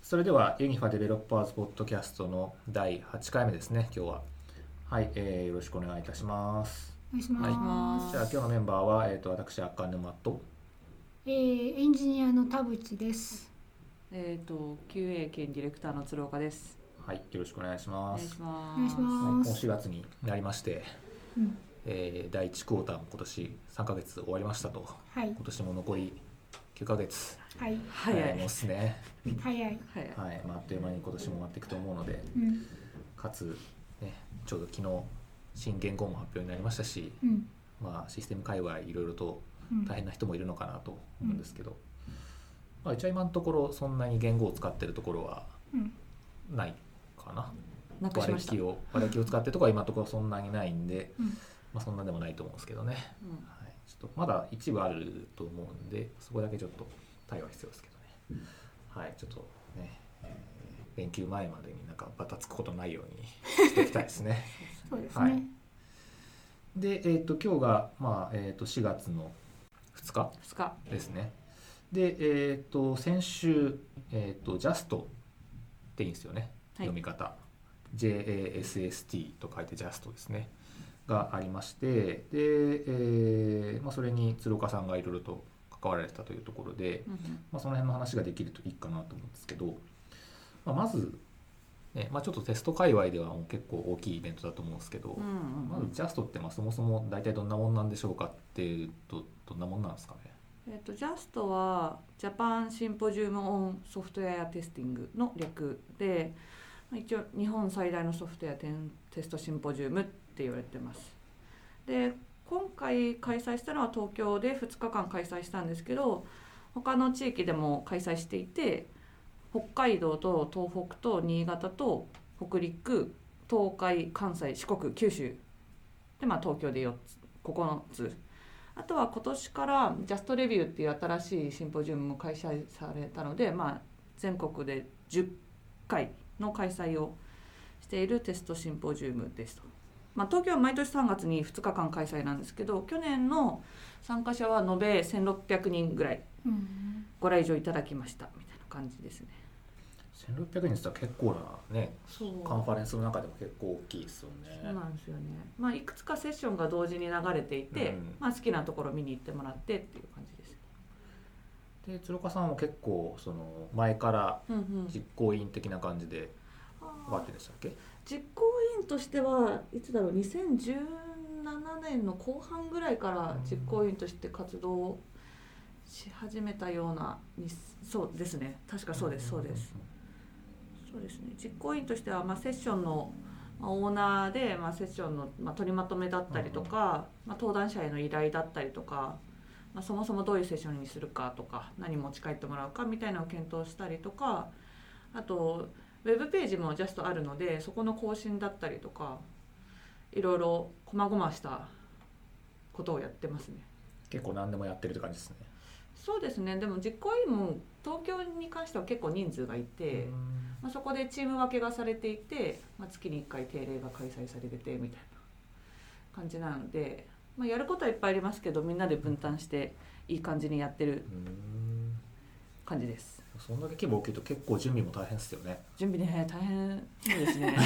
それではユニファデベロッパーズポッドキャストの第8回目ですね、今日は。はい、よろしくお願いいたします。 お願いします。 じゃあ今日のメンバーは、私赤沼と、 エンジニアの田淵です。 QA 兼ディレクターの鶴岡です。 はい、よろしくお願いします。 お願いします。 もう4月になりまして、第1クォーターも今年3ヶ月終わりましたと、 はい、 今年も残り9ヶ月、 はい、 早いもうすね、 早い、 はい、あっという間に今年も終わっていくと思うので、かつ、ね、ちょうど昨日新元号も発表になりましたし、システム界隈いろいろと大変な人もいるのかなと思うんですけど、一応今のところそんなに元号を使ってるところはないかな。割り気を使ってるところは今のところそんなにないんで、そんなでもないと思うんですけどね、ちょっとまだ一部あると思うんで、そこだけちょっと対応は必要ですけどね、ちょっとね、連休前までになんかバタつくことないようにしていきたいですね。 そうですね。 で、今日が、4月の2日ですね。で、先週、ジャストっていいんですよね、読み方。JASST と書いてジャストですね。がありまして、で、それに鶴岡さんがいろいろと関わられてたというところで、その辺の話ができるといいかなと思うんですけど、まず、ちょっとテスト界隈ではもう結構大きいイベントだと思うんですけど、まずジャストってそもそも大体どんなもんなんでしょうかっていうと、どんなもんなんですかね。 ジャストはジャパンシンポジウムオンソフトウェアテスティングの略で、一応日本最大のソフトウェアテストシンポジウムって言われてます。で、今回開催したのは東京で2日間開催したんですけど、他の地域でも開催していて、北海道と東北と新潟と北陸、東海、関西、四国、九州で、東京で9つ、あとは今年からジャストレビューっていう新しいシンポジウムも開催されたので、全国で10回の開催をしているテストシンポジウムですと。東京は毎年3月に2日間開催なんですけど、去年の参加者は延べ1600人ぐらいご来場いただきましたみたいな感じですね。 1600人って言ったら結構なね、カンファレンスの中でも結構大きいですよね。 そうなんですよね。いくつかセッションが同時に流れていて、好きなところ見に行ってもらってっていう感じです。 で、鶴岡さんも結構その前から実行委員的な感じでわけでしたっけ？ 実行委員としてはいつだろう、2017年の後半ぐらいから実行委員として活動をし始めたような、そうですね、確かそうです。そうですね。実行委員としては、セッションのオーナーで、セッションの、取りまとめだったりとか、登壇者への依頼だったりとか、そもそもどういうセッションにするかとか、何持ち帰ってもらうかみたいなのを検討したりとか、あとウェブページもジャストあるので、そこの更新だったりとか、いろいろ細々したことをやってますね。 結構何でもやってるって感じですね。 そうですね。でも実行委員も東京に関しては結構人数がいて、そこでチーム分けがされていて、月に1回定例が開催されててみたいな感じなので、やることはいっぱいありますけど、みんなで分担していい感じにやってる感じです。 そんだけ規模大きいと結構準備も大変ですよね。 準備ね、大変そうですね。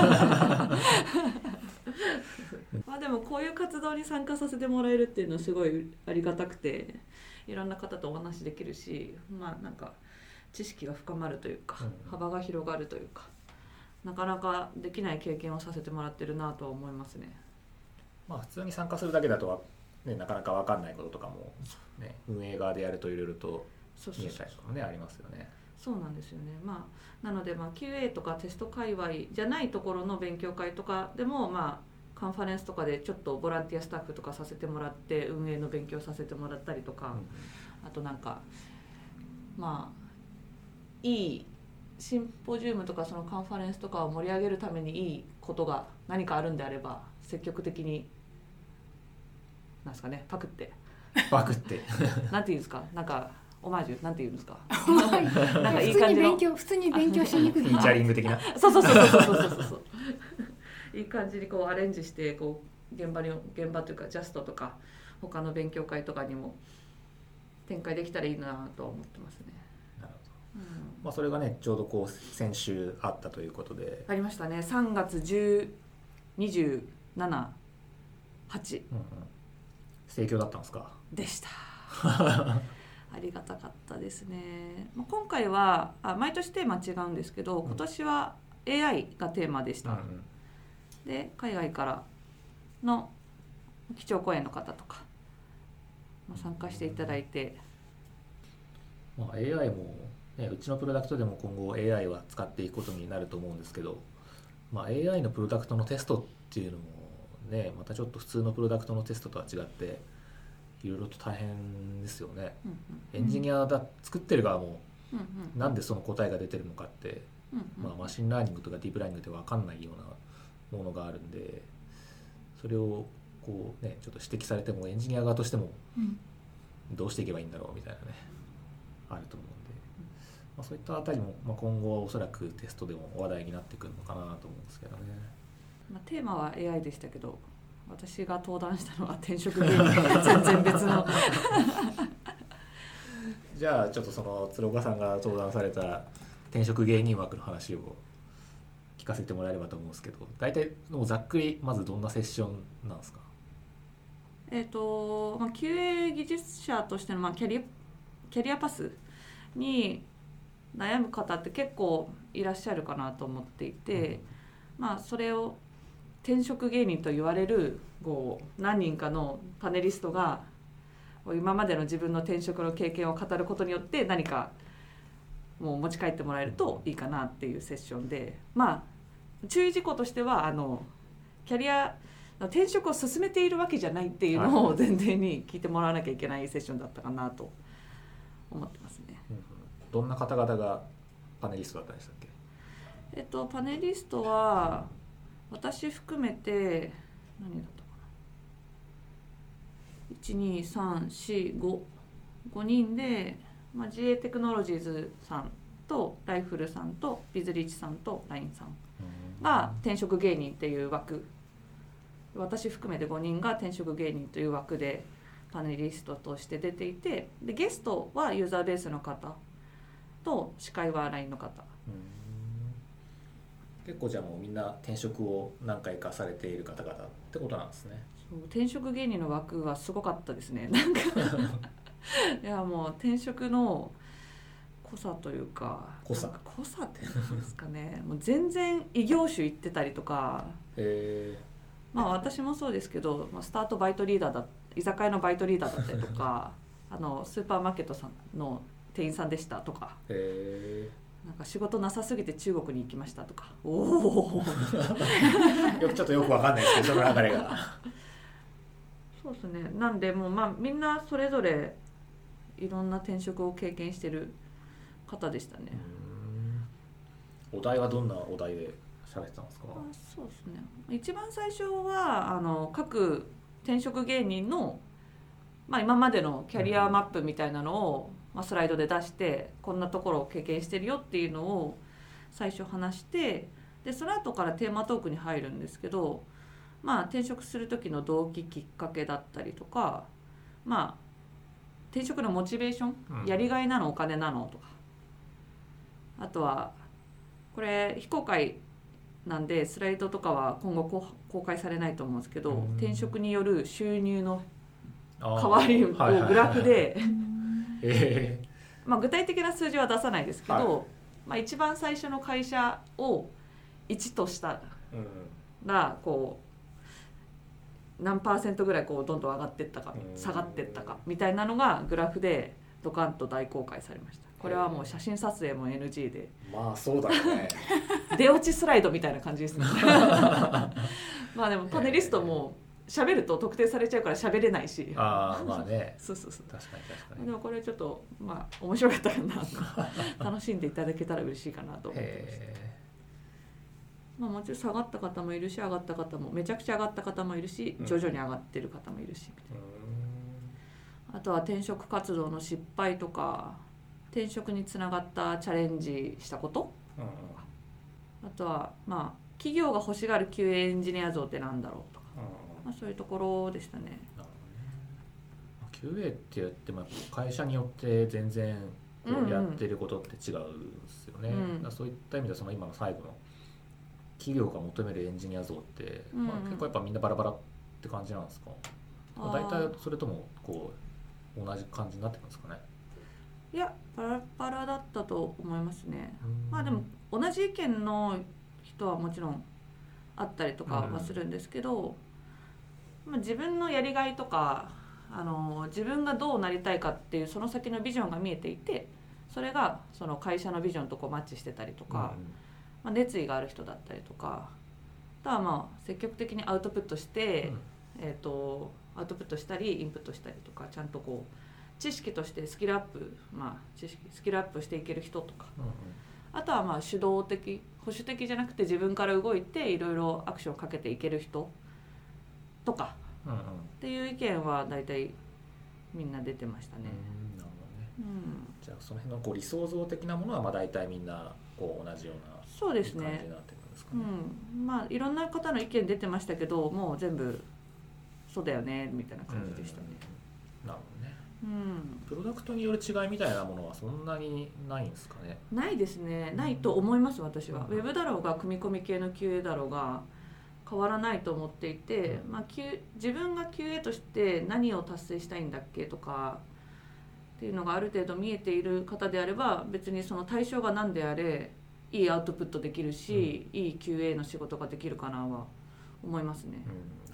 でもこういう活動に参加させてもらえるっていうのはすごいありがたくて、いろんな方とお話できるし、なんか知識が深まるというか、幅が広がるというか、なかなかできない経験をさせてもらってるなとは思いますね。 普通に参加するだけだとなかなか分かんないこととかも、運営側でやるといろいろと見えたりとかもね、ありますよね。 そうなんですよね。なのでQA とかテスト界隈じゃないところの勉強会とかでも、カンファレンスとかでちょっとボランティアスタッフとかさせてもらって運営の勉強させてもらったりとか、あといいシンポジウムとかそのカンファレンスとかを盛り上げるためにいいことが何かあるんであれば、積極的になんですかね、パクってなんていうんですか、オマージュなんていうんですかいい感じの普通に勉強しに行くフィーチャリング的なそういい感じにアレンジして現場というかジャストとか他の勉強会とかにも展開できたらいいなと思ってますね。 なるほまあ、それがねちょうどこう先週あったということでありましたね。3月10、27、8、 盛況だったんですか？ でしたありがたかったですね。今回は毎年テーマ違うんですけど、今年は AI がテーマでした、で海外からの基調講演の方とか参加していただいて、 まあ、AI も、ね、うちのプロダクトでも今後 AI は使っていくことになると思うんですけど、まあ、AI のプロダクトのテストっていうのもねまたちょっと普通のプロダクトのテストとは違っていろいろと大変ですよね。エンジニア作ってる側もなんでその答えが出てるのかって、まあ、マシンラーニングとかディープラーニングで分かんないようなものがあるんで、それをこう、ね、ちょっと指摘されてもエンジニア側としてもどうしていけばいいんだろうみたいなねあると思うんで、まあ、そういったあたりも、まあ、今後はおそらくテストでも話題になってくるのかなと思うんですけどね。 テーマは AI でしたけど、私が登壇したのは転職芸人全然別のじゃあちょっとその鶴岡さんが登壇された転職芸人枠の話を聞かせてもらえればと思うんですけど、大体もうざっくりまずどんなセッションなんですか？ QA 技術者としての、キャリアパスに悩む方って結構いらっしゃるかなと思っていて、それを転職芸人と言われる何人かのパネリストが今までの自分の転職の経験を語ることによって何かもう持ち帰ってもらえるといいかなっていうセッションで、注意事項としてはキャリア転職を進めているわけじゃないっていうのを前提に聞いてもらわなきゃいけないセッションだったかなと思ってますね。 どんな方々がパネリストだったんでしたっけ？ パネリストは私含めて何だったかな、12345人で、GA テクノロジーズさんとライフルさんとビズリーチさんと LINE さんが転職芸人っていう枠、私含めて5人が転職芸人という枠でパネリストとして出ていて、でゲストはユーザーベースの方と司会は LINE の方。 結構じゃあもうみんな転職を何回かされている方々ってことなんですね。 そう、転職芸人の枠はすごかったですね。いやもう転職の濃さというか、濃さってなんですかねもう全然異業種行ってたりとか、私もそうですけど、スタートバイトリーダー居酒屋のバイトリーダーだったりとかスーパーマーケットさんの店員さんでしたとか、なんか仕事なさすぎて中国に行きましたとか、おおちょっとよくわかんないですけどその流れがそうですね。なんでもうみんなそれぞれいろんな転職を経験してる方でしたね。 お題はどんなお題で喋ってたんですか？ そうですね。一番最初は各転職芸人の、今までのキャリアマップみたいなのを、スライドで出して、こんなところを経験してるよっていうのを最初話して、でその後からテーマトークに入るんですけど、転職する時の動機きっかけだったりとか、転職のモチベーション、やりがいなのお金なのとか、あとはこれ非公開なんでスライドとかは今後公開されないと思うんですけど、転職による収入の変わりをグラフで具体的な数字は出さないですけど、一番最初の会社を1としたら何%ぐらいどんどん上がっていったか下がっていったかみたいなのがグラフでドカンと大公開されました。これはもう写真撮影も NG で、 そうだよね出落ちスライドみたいな感じですねでもパネリストも喋ると特定されちゃうから喋れないし、 そう確かにでもこれちょっと面白かったかな楽しんでいただけたら嬉しいかなと思ってます。もちろん下がった方もいるし、上がった方もめちゃくちゃ上がった方もいるし、徐々に上がってる方もいるしみたいな。あとは転職活動の失敗とか、転職につながったチャレンジしたこと、あとは企業が欲しがる QA エンジニア像ってなんだろうとか、そういうところでしたね。 QA って言っても会社によって全然こうやってることって違うんですよね、だからそういった意味ではその今の最後の企業が求めるエンジニア像って、結構やっぱみんなバラバラって感じなんですか？大体それともこう同じ感じになってくるんですかね？ いやバラバラだったと思いますね。でも同じ意見の人はもちろんあったりとかはするんですけど、自分のやりがいとか自分がどうなりたいかっていうその先のビジョンが見えていて、それがその会社のビジョンとこうマッチしてたりとか、熱意がある人だったりとか、あとは積極的にアウトプットして、アウトプットしたりインプットしたりとか、ちゃんとこう知識としてスキルアップ、スキルアップしていける人とか、あとは主導的保守的じゃなくて自分から動いていろいろアクションをかけていける人とか、っていう意見は大体みんな出てましたね。 なるほどね。じゃあその辺のこう理想像的なものは大体みんなこう同じようなそうですね。 感じになってくるんですかね。 いろんな方の意見出てましたけど、もう全部そうだよねみたいな感じでしたね。 なるほどね。プロダクトによる違いみたいなものはそんなにないんですかね？ ないですね。ないと思います私は。ウェブだろうが組み込み系の QA だろうが変わらないと思っていて、自分が QA として何を達成したいんだっけとかっていうのがある程度見えている方であれば、別にその対象が何であれいいアウトプットできるし、いい QA の仕事ができるかなは思いますね。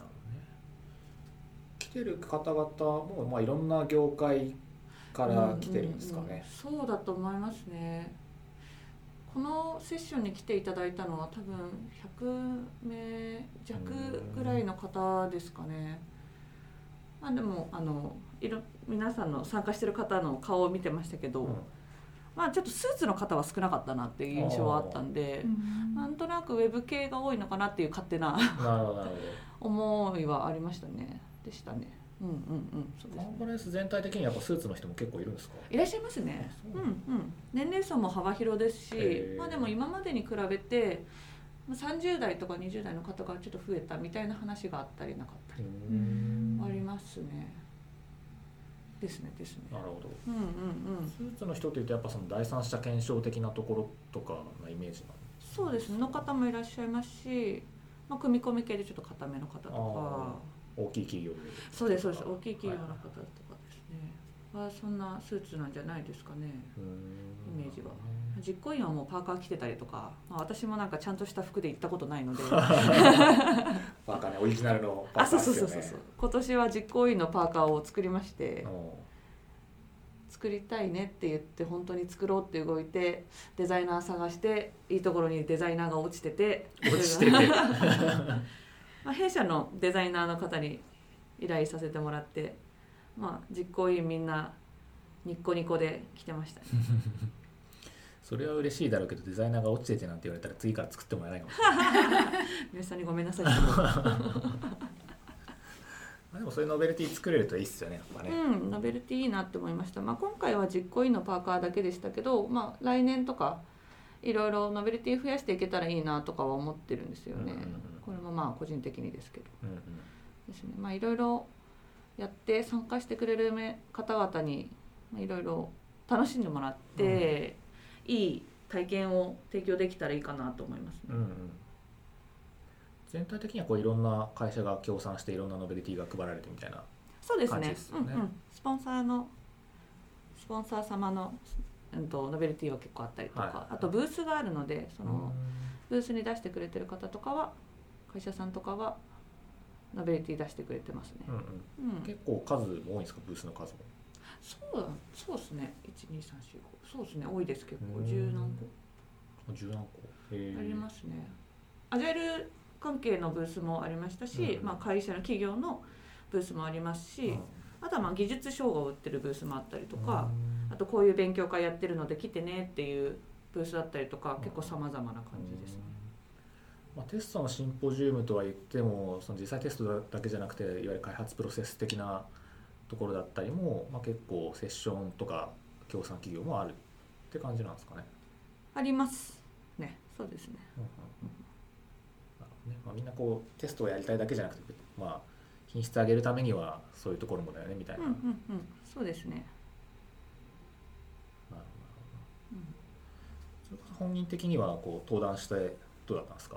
来てる方々もいろんな業界から来てるんですかね？ そうだと思いますね。このセッションに来ていただいたのは多分100名弱ぐらいの方ですかね。でも皆さんの参加してる方の顔を見てましたけど、ちょっとスーツの方は少なかったなっていう印象はあったんで、なんとなくウェブ系が多いのかなっていう勝手な思いはありましたね。でしたね。そうですね。 カンファレンス全体的にやっぱスーツの人も結構いるんですか？ いらっしゃいますね。年齢層も幅広ですし、でも今までに比べて30代とか20代の方がちょっと増えたみたいな話があったりなかったりありますね。ですね。 なるほど。スーツの人というとやっぱその第三者検証的なところとかのイメージなんですか？ そうですね。の方もいらっしゃいますし、組み込み系でちょっと固めの方とか。 大きい企業で。 そうです大きい企業の方とかですね。そんなスーツなんじゃないですかね。イメージは。実行委員はもうパーカー着てたりとか、私もなんかちゃんとした服で行ったことないのでパーカーね、オリジナルのパーカーですよね。 そう今年は実行委員のパーカーを作りまして、作りたいねって言って本当に作ろうって動いてデザイナー探して、いいところにデザイナーが落ちてて弊社のデザイナーの方に依頼させてもらって、実行委員みんなニッコニコで来てましたね。 それは嬉しいだろうけど、デザイナーが落ちててなんて言われたら次から作ってもらえないかもしれない。 皆さんにごめんなさい。 でもそういうノベルティ作れるといいっすよね、やっぱね。 ノベルティいいなって思いました。今回は実行委員のパーカーだけでしたけど、来年とかいろいろノベルティ増やしていけたらいいなとかは思ってるんですよね。これも個人的にですけど、ですね。いろいろやって参加してくれる方々にいろいろ楽しんでもらって、いい体験を提供できたらいいかなと思いますね。 全体的にはこういろんな会社が協賛していろんなノベルティが配られてみたいな感じですよね。 スポンサー様のノベルティは結構あったりとか、あとブースがあるので、そのブースに出してくれてる方とかは、会社さんとかはノベルティ出してくれてますね。 結構数も多いんですか、ブースの数も？ そうですね。1、2、3、4、5、そうですね。多いです。結構10何個ありますね。アジャイル関係のブースもありましたし、会社の企業のブースもありますし、あとは技術書を売ってるブースもあったりとか、あとこういう勉強会やってるので来てねっていうブースだったりとか、結構様々な感じですね。 テストのシンポジウムとは言っても、その実際テストだけじゃなくて、いわゆる開発プロセス的なところだったりも、結構セッションとか協賛企業もあるって感じなんですかね？ ありますね。そうですね。 みんなこうテストをやりたいだけじゃなくて、品質上げるためにはそういうところもだよねみたいな。 そうですね。 なるほど。 本人的にはこう登壇してどうだったんですか？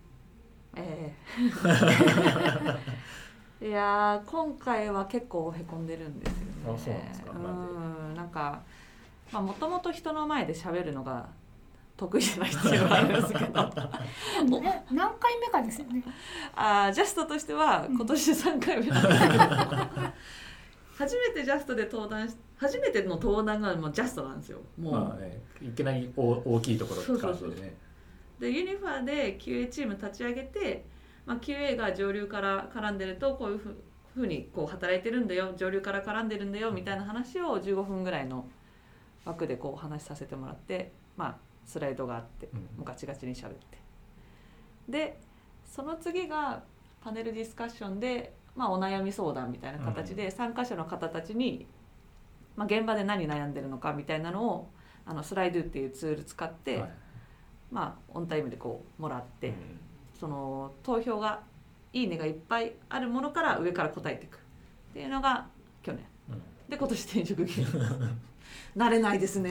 いや今回は結構へこんでるんですよね。 あ、そうなんですか。 なんかもともと人の前で喋るのが得意じゃない必要があるんですけど何回目かですよね。 ジャストとしては今年で3回目なんですけど、初めてジャストで登壇初めての登壇がもうジャストなんですよ。もう、いきなり大きいところって感じでね。 でユニファで QA チーム立ち上げて、QA が上流から絡んでるとこういうふうにこう働いてるんだよ、上流から絡んでるんだよみたいな話を15分ぐらいの枠でこう話させてもらって、スライドがあってもうガチガチに喋って、でその次がパネルディスカッションで、お悩み相談みたいな形で参加者の方たちに、現場で何悩んでるのかみたいなのをスライドっていうツール使って、オンタイムでこうもらって、その投票がいいねがいっぱいあるものから上から答えていくっていうのが去年、で今年転職期慣れないですね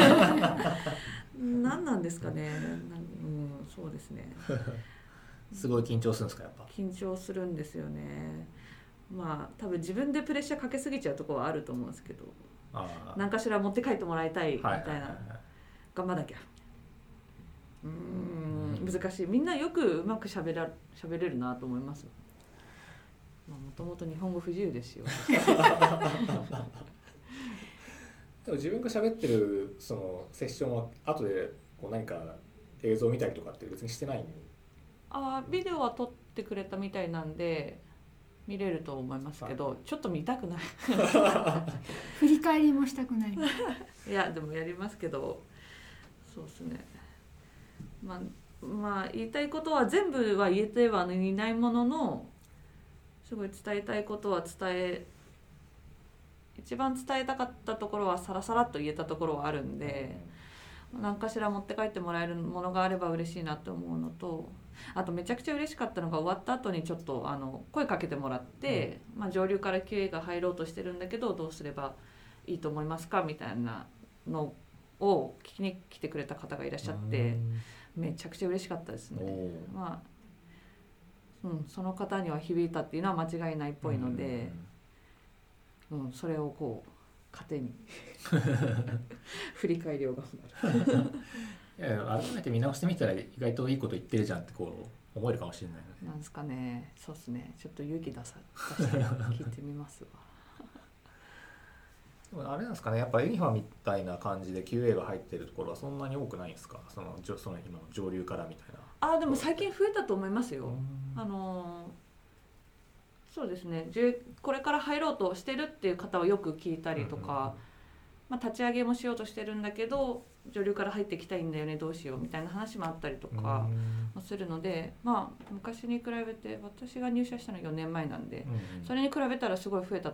何なんですかね。そうですねすごい緊張するんですか？やっぱ緊張するんですよね。多分自分でプレッシャーかけすぎちゃうところはあると思うんですけど、何かしら持って帰ってもらいたいみたいな、頑張らなきゃ、難しい。みんなよくうまく喋れるなと思います。もともと日本語不自由ですよでも自分が喋ってるそのセッションは後でこう何か映像見たりとかって別にしてない？ ビデオは撮ってくれたみたいなんで見れると思いますけど、ちょっと見たくない振り返りもしたくない。 いやでもやりますけど、そうですね。言いたいことは全部は言えてはいないものの、すごい伝えたいことは一番伝えたかったところはサラサラっと言えたところはあるんで、何かしら持って帰ってもらえるものがあれば嬉しいなと思うのと、あとめちゃくちゃ嬉しかったのが終わった後にちょっと声かけてもらって、上流から QA が入ろうとしてるんだけどどうすればいいと思いますかみたいなのを聞きに来てくれた方がいらっしゃって、めちゃくちゃ嬉しかったですね。その方には響いたっていうのは間違いないっぽいので、それをこう糧に振り返りを頑張るいや改めて見直してみたら意外といいこと言ってるじゃんってこう思えるかもしれないよね。 なんですかね。そうですね。ちょっと勇気出して聞いてみますわあれなんですかね、やっぱユニファみたいな感じで QA が入ってるところはそんなに多くないんですか？その今の上流からみたいな。 でも最近増えたと思いますよ。そうですね。これから入ろうとしてるっていう方はよく聞いたりとか、立ち上げもしようとしてるんだけど上流から入ってきたいんだよね、どうしようみたいな話もあったりとかするので、昔に比べて私が入社したの4年前なんで、それに比べたらすごい増え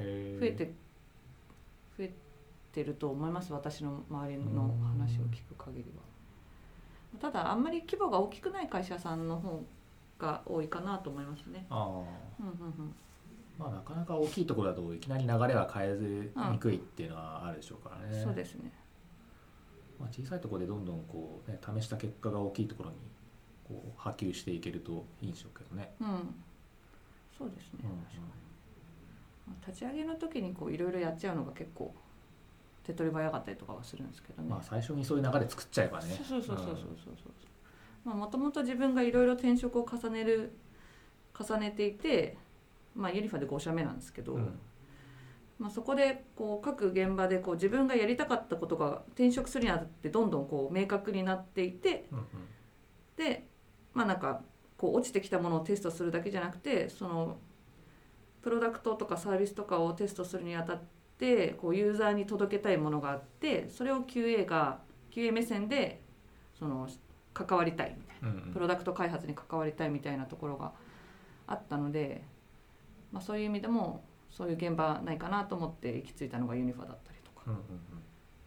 てると思います。私の周りの話を聞く限りは。ただあんまり規模が大きくない会社さんの方が多いかなと思いますね。 なかなか大きいところだといきなり流れは変えにくいっていうのはあるでしょうからね。 そうですね。 小さいところでどんどんこう、試した結果が大きいところにこう波及していけるといいんでしょうけどね。 そうですね。立ち上げの時にいろいろやっちゃうのが結構手っ取り早かったりとかはするんですけどね。 最初にそういう流れ作っちゃえばね。 もともと自分がいろいろ転職を重ねていて、ユニファで5社目なんですけど、そこで各現場で自分がやりたかったことが転職するにあたってどんどん明確になっていて、で落ちてきたものをテストするだけじゃなくて、そのプロダクトとかサービスとかをテストするにあたってユーザーに届けたいものがあって、それを QA 目線で関わりたいみたいな、プロダクト開発に関わりたいみたいなところがあったので、そういう意味でもそういう現場ないかなと思って行き着いたのがユニファだったりとか。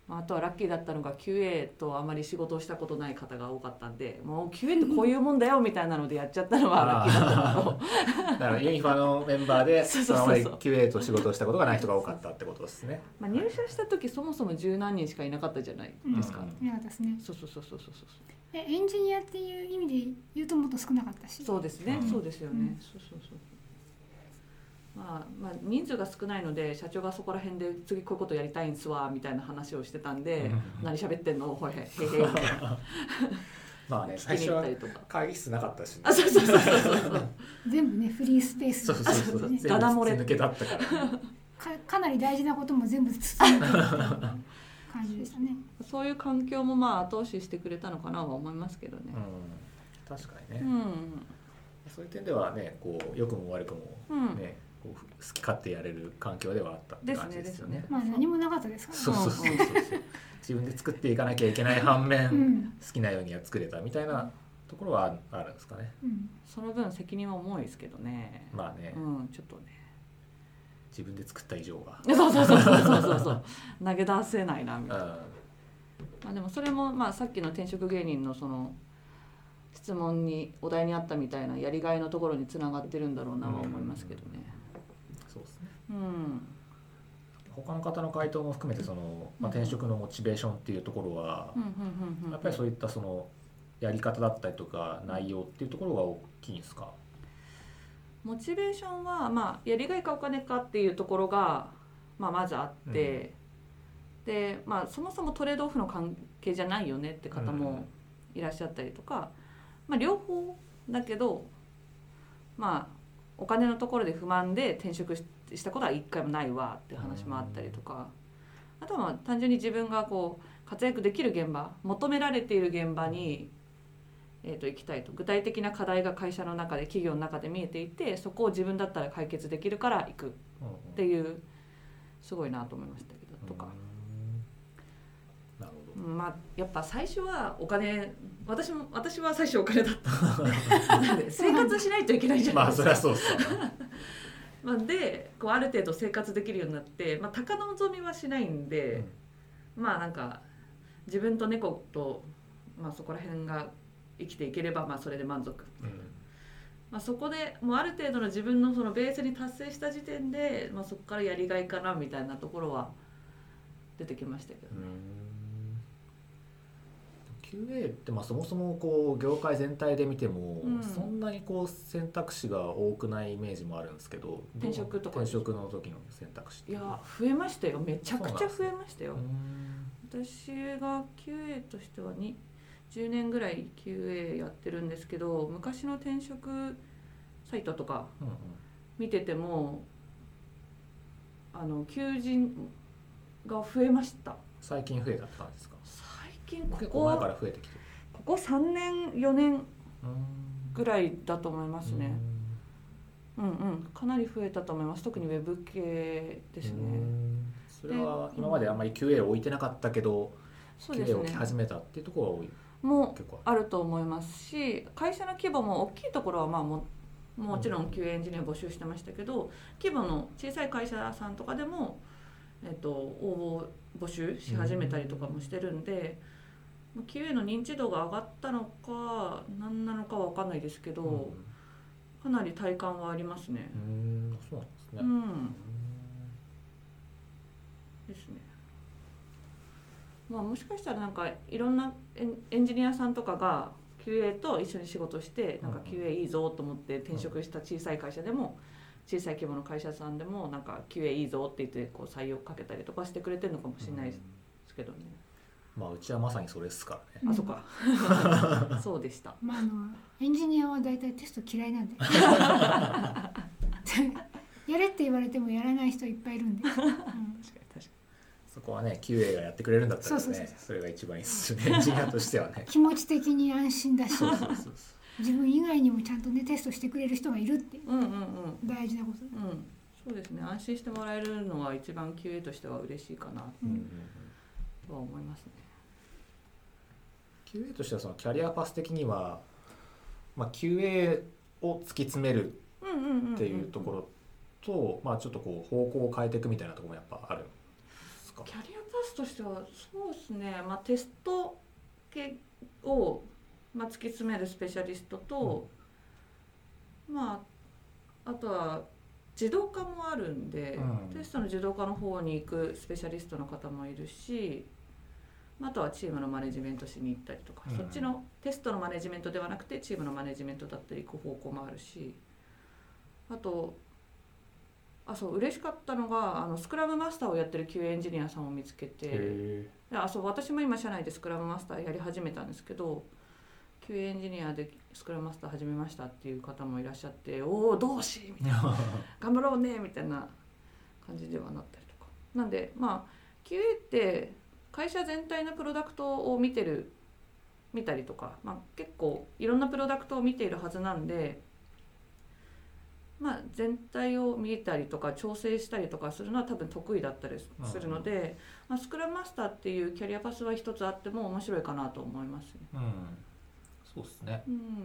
あとはラッキーだったのが QA とあまり仕事をしたことない方が多かったんで、もう QA ってこういうもんだよみたいなのでやっちゃったのはラッキーだったのとだからユニファのメンバーでそうそうそうそうあまり QA と仕事をしたことがない人が多かったってことですね。 まあ入社した時そもそも十何人しかいなかったじゃないですか、 いなかったですね。 そうそうそうそうそうエンジニアっていう意味で言うともっと少なかったし。 そうですね、 うんそうですよね、そうそうそう。まあ人数が少ないので社長がそこら辺で次こういうことやりたいんすわみたいな話をしてたんで、何喋ってんのほへへへへみたいなまあね、 聞最初はきに行ったりとか、 会議室なかったしね。 あそうそうそうそう全部ねフリースペースそうそうそう。 ね全部ダダ漏れ抜けだったからね。 かなり大事なことも全部包んでる感じでしたね。 そういう環境もまあ後押ししてくれたのかなとは思いますけどね。 うん、確かにね、 うん、 そういう点ではね、こう良くも悪くもうん、 ね、こう好き勝手やれる環境ではあったって感じですよね。 ですねまあ何もなかったですからね。 そうそうそうそう。自分で作っていかなきゃいけない反面、 うん好きなようには作れたみたいなところはあるんですかね。 うんその分責任は重いですけどね。 まあね、 うん、ちょっとね。 自分で作った以上は。 そうそうそうそうそうそう投げ出せないなみたいな。 うんまあでもそれもまあさっきの転職芸人のその質問にお題にあったみたいなやりがいのところにつながってるんだろうなとは思いますけどね。 そうですね。 うん。 他の方の回答も含めてその、まあ、転職のモチベーションっていうところは、 うんうんうんうん。 やっぱりそういったそのやり方だったりとか内容っていうところが大きいんですか？ モチベーションはまあやりがいかお金かっていうところがまあまずあって、でまあそもそもトレードオフの関係じゃないよねって方もいらっしゃったりとか、まあ両方だけどまあお金のところで不満で転職したことは一回もないわっていう話もあったりとか、あとはまあ単純に自分がこう活躍できる現場、求められている現場に行きたいと、具体的な課題が会社の中で企業の中で見えていて、そこを自分だったら解決できるから行くっていうすごいなと思いましたけどとか、 なるほど。 まあやっぱ最初はお金、私は最初お金だったなんで生活しないといけないじゃないですか。 まあそりゃそうですよね。 まあでこうある程度生活できるようになって、まあ、高望みはしないんで、まあなんか自分と猫と、まあ、そこら辺が生きていければまあそれで満足、まあ、そこでもうある程度の自分のそのベースに達成した時点で、まあ、そこからやりがいかなみたいなところは出てきましたけどね。 QA ってまあそもそもこう業界全体で見てもうんそんなにこう選択肢が多くないイメージもあるんですけど、 転職とか転職の時の選択肢っていや増えましたよ、めちゃくちゃ増えましたよ。 うん私が QA としては10年ぐらい QA やってるんですけど、昔の転職サイトとかうん見てても求人が増えました。 最近増えたって感じですか？ 最近結構前から増えてきてる。 ここ3年4年うんぐらいだと思いますね。うんうん、かなり増えたと思います。特にウェブ系ですね。 それは今まであんまり QA を置いてなかったけど、 そうです QA を置きね。 始めたっていうところが多い。 も結構あると思いますし、会社の規模も大きいところはまあもちろん QA エンジニア募集してましたけど、規模の小さい会社さんとかでも、応募募集し始めたりとかもしてるんで、QA の認知度が上がったのか何なのかは分かんないですけど、かなり体感はありますね。 そうなんですね。 ですね。まあもしかしたらなんかいろんなエンジニアさんとかが QA と一緒に仕事してなんか QA いいぞと思って転職した小さい会社でも、小さい規模の会社さんでもなんか QA いいぞって言ってこう採用かけたりとかしてくれてるのかもしれないですけどね。 まあうちはまさにそれですからね。 あ、そっか。そうでした。 まあエンジニアは大体テスト嫌いなんでやれって言われてもやらない人いっぱいいるんで、 確かに確かに。 そこはね QA がやってくれるんだったらそうそうそうね、それが一番いいですよね。エンジニアとしてはね。 気持ち的に安心だしそうそうそうそう。 自分以外にもちゃんとねテストしてくれる人がいるってうんうんうん。 大事なことだ、 そうですね。安心してもらえるのは一番 QA としては嬉しいかなとは思いますね。 QA としてはそのキャリアパス的には、まあ、QA を突き詰めるっていうところと、まあちょっとこう方向を変えていくみたいなところもやっぱあるんですか？ キャリアパスとしてはそうですね、テスト系を、突き詰めるスペシャリストと、あとは自動化もあるんで、テストの自動化の方に行くスペシャリストの方もいるし、あとはチームのマネジメントしに行ったりとか、そっちのテストのマネジメントではなくてチームのマネジメントだったり行く方向もあるし、あとそう嬉しかったのがスクラムマスターをやってる QA エンジニアさんを見つけて、私も今社内でスクラムマスターやり始めたんですけど、 QA エンジニアでスクラムマスター始めましたっていう方もいらっしゃって、おお同志みたいな頑張ろうねみたいな感じではなったりとか。なんでQA って会社全体のプロダクトを見たりとか、結構いろんなプロダクトを見ているはずなんで、全体を見たりとか調整したりとかするのは多分得意だったりするので、スクラムマスターっていうキャリアパスは一つあっても面白いかなと思いますね。 そうですね。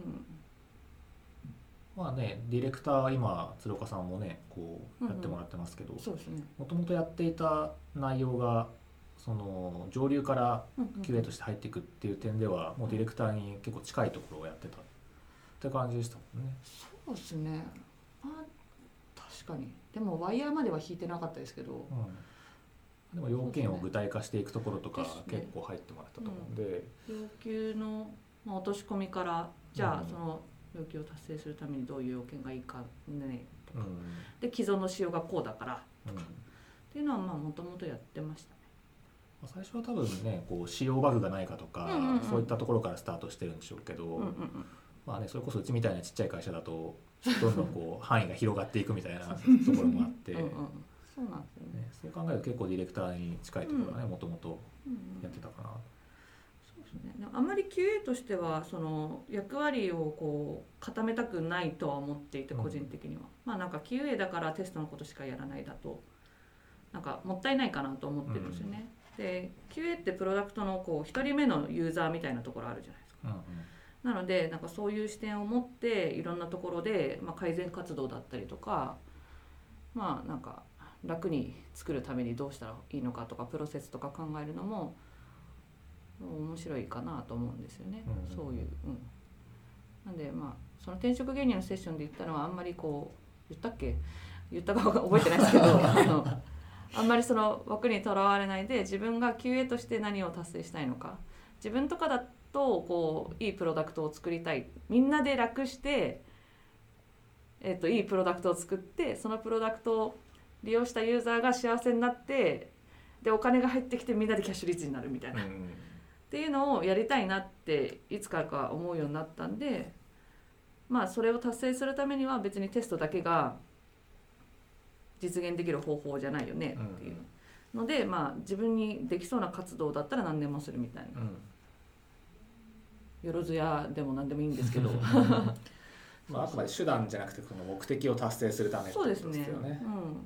ディレクターは今鶴岡さんもねこうやってもらってますけど、 そうですね。 もともとやっていた内容がその上流から QA として入っていくっていう点では、もうディレクターに結構近いところをやってたって感じでしたもんね。 そうですね。確かに。でもワイヤーまでは引いてなかったですけど、 でも要件を具体化していくところとか結構入ってもらったと思うんで、 要求の落とし込みからじゃあその要求を達成するためにどういう要件がいいかねとか、で既存の仕様がこうだからっていうのはもともとやってましたね。 最初は多分ねこう仕様バグがないかとか、そういったところからスタートしてるんでしょうけど、それこそうちみたいなちっちゃい会社だとどんどんこう範囲が広がっていくみたいなところもあってそうなんですよね。 そう考えると結構ディレクターに近いところはねもともとやってたかな。 そうですね。あんまり QA としてはその役割をこう固めたくないとは思っていて、個人的には、なんか QA だからテストのことしかやらないだとなんかもったいないかなと思ってるんですよね。で QA ってプロダクトのこう1人目のユーザーみたいなところあるじゃないですか。なのでなんかそういう視点を持っていろんなところで、改善活動だったりとか、なんか楽に作るためにどうしたらいいのかとかプロセスとか考えるのも面白いかなと思うんですよね。そういう、なんでその転職芸人のセッションで言ったのはあんまりこう言ったか覚えてないですけどあんまりその枠にとらわれないで自分が QA として何を達成したいのか、自分とかだとこういいプロダクトを作りたい、みんなで楽して、いいプロダクトを作って、そのプロダクトを利用したユーザーが幸せになって、でお金が入ってきてみんなでキャッシュリッチになるみたいな、っていうのをやりたいなっていつからか思うようになったんで、それを達成するためには別にテストだけが実現できる方法じゃないよねっていうので、自分にできそうな活動だったら何でもするみたいな、よろずやでも何でもいいんですけどあくまで手段じゃなくてその目的を達成するためってことですよね。 そうですね。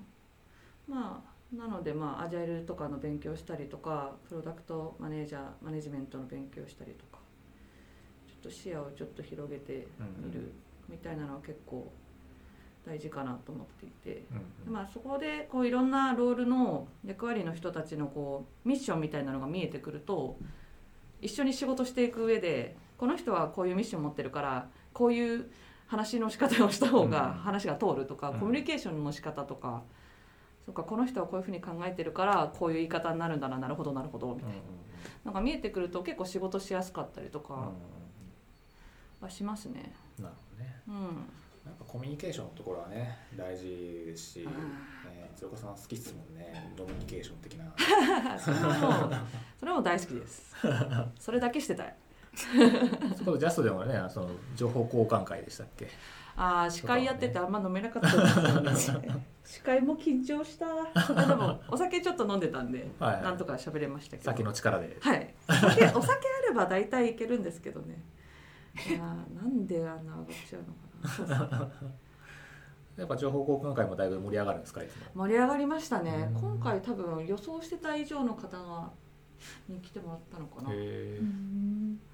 なのでアジャイルとかの勉強したりとか、プロダクトマネジメントの勉強したりとか、ちょっと視野をちょっと広げてみるみたいなのは結構大事かなと思っていて、そこでこういろんなロールの役割の人たちのこうミッションみたいなのが見えてくると、一緒に仕事していく上でこの人はこういうミッション持ってるからこういう話の仕方をした方が話が通るとか、コミュニケーションの仕方とか、そうかこの人はこういうふうに考えてるからこういう言い方になるんだな、なるほどなるほどみたいな、なんか見えてくると結構仕事しやすかったりとかはしますね。 なるほどね。やっぱコミュニケーションのところはね大事ですし、鶴岡さん好きですもんね、コミュニケーション的なそれも大好きですそれだけしてたいそこジャストでもね、その情報交換会でしたっけ。 司会やっててあんま飲めなかったですよね司会も緊張したでもお酒ちょっと飲んでたんでなんとか喋れましたけど、 酒の力で、 お酒あれば大体いけるんですけどね。いやなんであんな上がっちゃうのかなやっぱ情報交換会もだいぶ盛り上がるんですか。いつも盛り上がりましたね。今回多分予想してた以上の方に来てもらったのかな。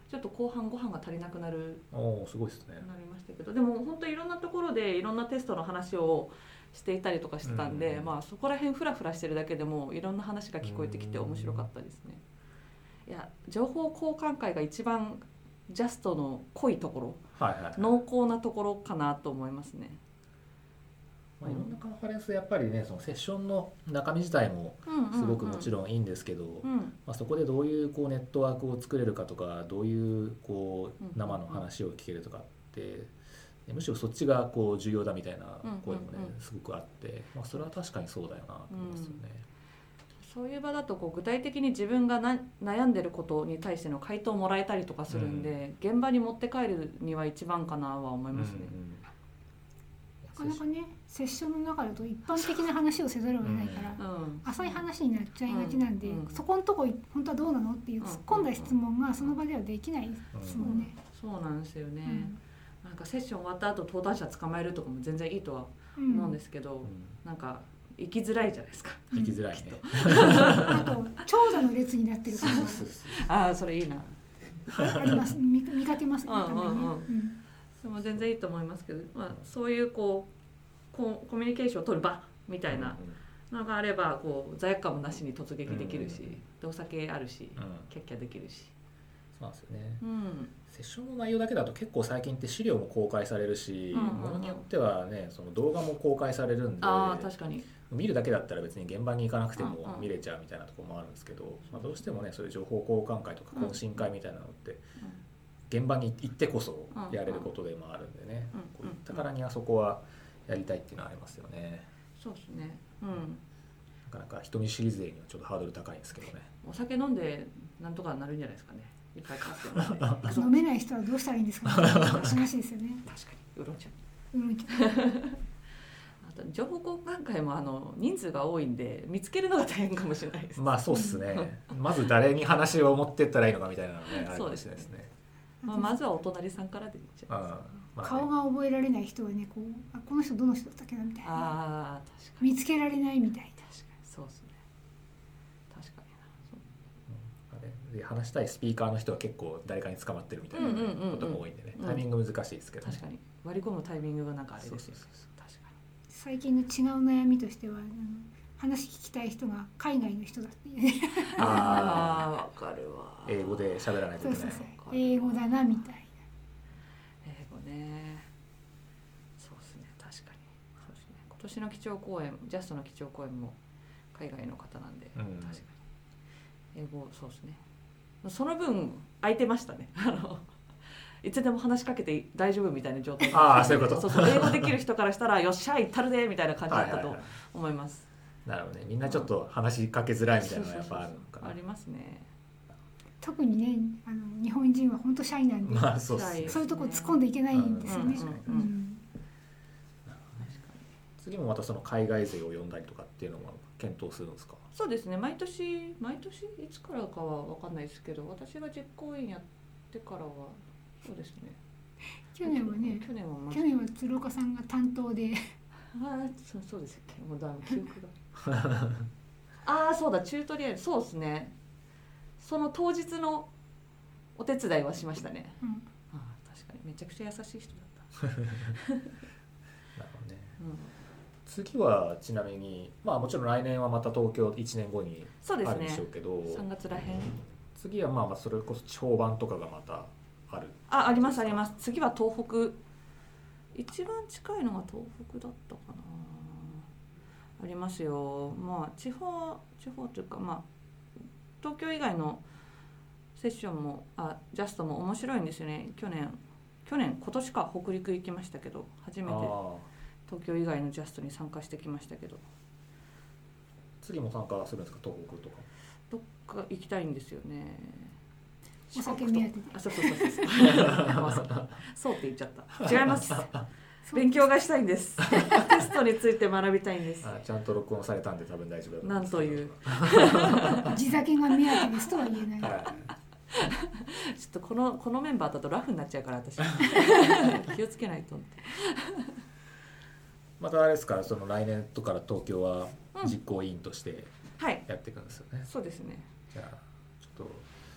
ちょっと後半ご飯が足りなくなるすごいですね。 なりましたけど、でも本当いろんなところでいろんなテストの話をしていたりとかしてたんで、まあそこら辺フラフラしてるだけでもいろんな話が聞こえてきて面白かったですね。いや、情報交換会が一番ジャストの濃いところ、濃厚なところかなと思いますね。 いろんなカンファレンスやっぱりね、そのセッションの中身自体もすごくもちろんいいんですけど、そこでどういうこうネットワークを作れるかとか、どういうこう生の話を聞けるとかって、むしろそっちがこう重要だみたいな声もねすごくあって、それは確かにそうだよなと思いますよね。 そういう場だとこう具体的に自分が悩んでることに対しての回答をもらえたりとかするんで、現場に持って帰るには一番かなは思いますね。 なかなかね、セッションの中だと一般的な話をせざるを得ないから、浅い話になっちゃいがちなんで、そこのとこ本当はどうなのっていう突っ込んだ質問がその場ではできないですもんね。 そうなんですよね。なんかセッション終わった後登壇者捕まえるとかも全然いいとは思うんですけど、なんか行きづらいじゃないですか。 行きづらいね。 あと長蛇の列になってるから。 ああ、それいいな。 あります。見かけますね。 でも全然いいと思いますけど、そういうコミュニケーションを取る場みたいなのがあれば、罪悪感もなしに突撃できるし、お酒あるし、キャッキャできるし。 そうなんですよね。セッションの内容だけだと結構最近って資料も公開されるし、ものによってはね、その動画も公開されるんで、 確かに見るだけだったら別に現場に行かなくても見れちゃうみたいなところもあるんですけど、どうしてもね、そういう情報交換会とか懇親会みたいなのって現場に行ってこそやれることでもあるんでね、こういったからにはそこはやりたいっていうのはありますよね。 そうですね。 なかなか人見知り勢にはちょっとハードル高いんですけどね。 お酒飲んでなんとかなるんじゃないですかね。いっぱい買って飲めない人はどうしたらいいんですかね。話ですよね。 確かにウーロン茶。あと情報交換会も人数が多いんで見つけるのが大変かもしれないです。 そうですね。まず誰に話を持ってったらいいのかみたいなのね、あるかもしれないですね。 まずはお隣さんからでいいんじゃないですか。 顔が覚えられない人はね、この人どの人だったっけなみたいな。 確かに見つけられないみたいな。 確かにそうですね。確かにで話したいスピーカーの人は結構誰かに捕まってるみたいなことも多いんでね、タイミング難しいですけど、 確かに割り込むタイミングがなんかあれですよね。確かに最近の違う悩みとしては話聞きたい人が海外の人だっていうね。 わかるわ。 英語で喋らないといけない。 英語だなみたいな。 英語ね。そうですね。確かにそうですね。今年の基調講演、ジャストの基調講演も海外の方なんで、確かに英語そうですね。その分空いてましたね。いつでも話しかけて大丈夫みたいな状態。 そういうこと。 そう英語できる人からしたらよっしゃ行ったるでみたいな感じだったと思います。 なるほどね。みんなちょっと話しかけづらいみたいなのがやっぱあるのかな。 ありますね。 特にね、日本人は本当シャイなんで、そういうとこ突っ込んでいけないんですよね。 次もまたその海外勢を呼んだりとかっていうのも検討するんですか？ そうですね。毎年いつからかは分かんないですけど、私が実行委員やってからはそうですね。 去年は鶴岡さんが担当で。 そうですっけ。もう記憶が。そうだ、チュートリアル、そうですね。その当日のお手伝いはしましたね。確かにめちゃくちゃ優しい人だった。なるほどね。 次はちなみに、もちろん来年はまた東京1年後にあるんでしょうけど、 3月らへん。 次はそれこそ地方版とかがまたある。 ありますあります。次は東北。一番近いのが東北だったかな。ありますよ。地方というか東京以外のセッションもジャストも面白いんですよね。今年か北陸行きましたけど、初めて東京以外のジャストに参加してきましたけど。 次も参加するんですか？東北とか。 どっか行きたいんですよね。 お酒目当てで。 そうって言っちゃった。違います。勉強がしたいんです。テストについて学びたいんです。 ちゃんと録音されたんで多分大丈夫だと思います。 なんという。 地酒が目当てですとは言えない。 ちょっとこのメンバーだとラフになっちゃうから私気をつけないと思って。 またあれですか、その来年とから東京は実行委員としてやっていくんですよね。 そうですね。 じゃあちょっと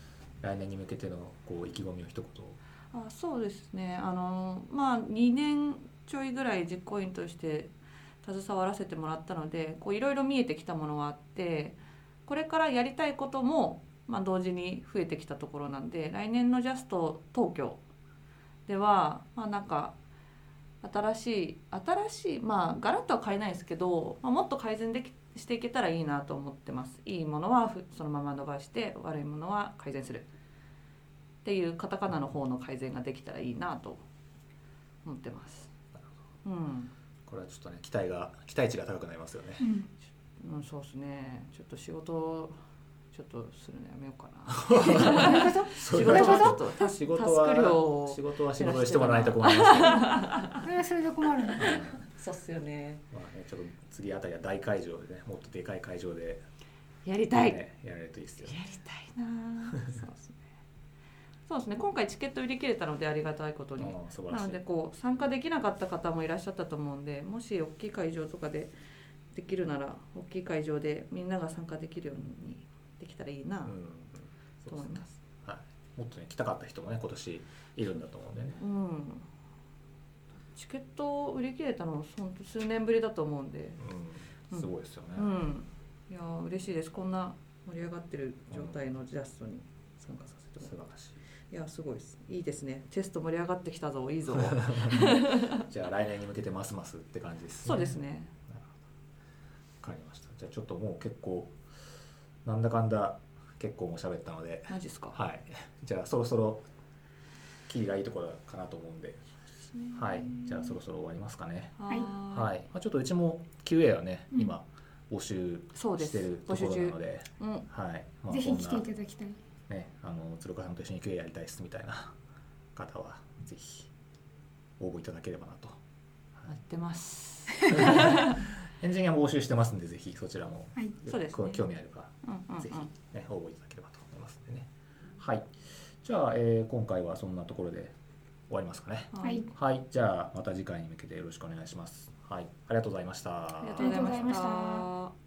来年に向けてのこう意気込みを一言。 そうですね、2年ちょいぐらい実行委員として携わらせてもらったので、いろいろ見えてきたものがあって、これからやりたいことも同時に増えてきたところなんで、来年のジャスト東京ではなんか新しいガラッとは変えないですけど、もっと改善していけたらいいなと思ってます。いいものはそのまま伸ばして、悪いものは改善するっていうカタカナの方の改善ができたらいいなと思ってます。 これはちょっとね、期待値が高くなりますよね。 そうですね。ちょっと仕事ちょっとするのやめようかな。仕事は仕事でしてもらわないと困りますけど。 それで困る。 そうっすよね。 ちょっと次あたりは大会場でね、もっとでかい会場でやりたい。 やれるといいですよね。 やりたいな。そうですね。今回チケット売り切れたのでありがたいことに。なので参加できなかった方もいらっしゃったと思うんで、もし大きい会場とかでできるなら大きい会場でみんなが参加できるようにできたらいいなと思います。 もっとね、来たかった人もね、今年いるんだと思うんでね。 チケット売り切れたの本当数年ぶりだと思うんで、 すごいですよね。 いや嬉しいです。こんな盛り上がってる状態のジャストに参加させてもらいます。いやすごいです。いいですね。テスト盛り上がってきたぞ、いいぞ。 じゃあ来年に向けてますますって感じですね。 そうですね。 わかりました。じゃあちょっともう結構なんだかんだ結構もう喋ったので。 マジですか。 はい。じゃあそろそろキリがいいところかなと思うんで。はい。じゃあそろそろ終わりますかね。はい。ちょっとうちも QA はね、今募集してるところなので、はい。 ぜひ来ていただきたい。 ね、鶴岡さんと一緒に QA やりたいですみたいな方はぜひ応募いただければなと。 やってます。 エンジニアも募集してますんで、ぜひそちらも、 そうですね、 興味あるか、ぜひ、ね、応募いただければと思いますんでね。はい。じゃあ、今回はそんなところで終わりますかね。はい。じゃあまた次回に向けてよろしくお願いします。はい。ありがとうございました。 ありがとうございました。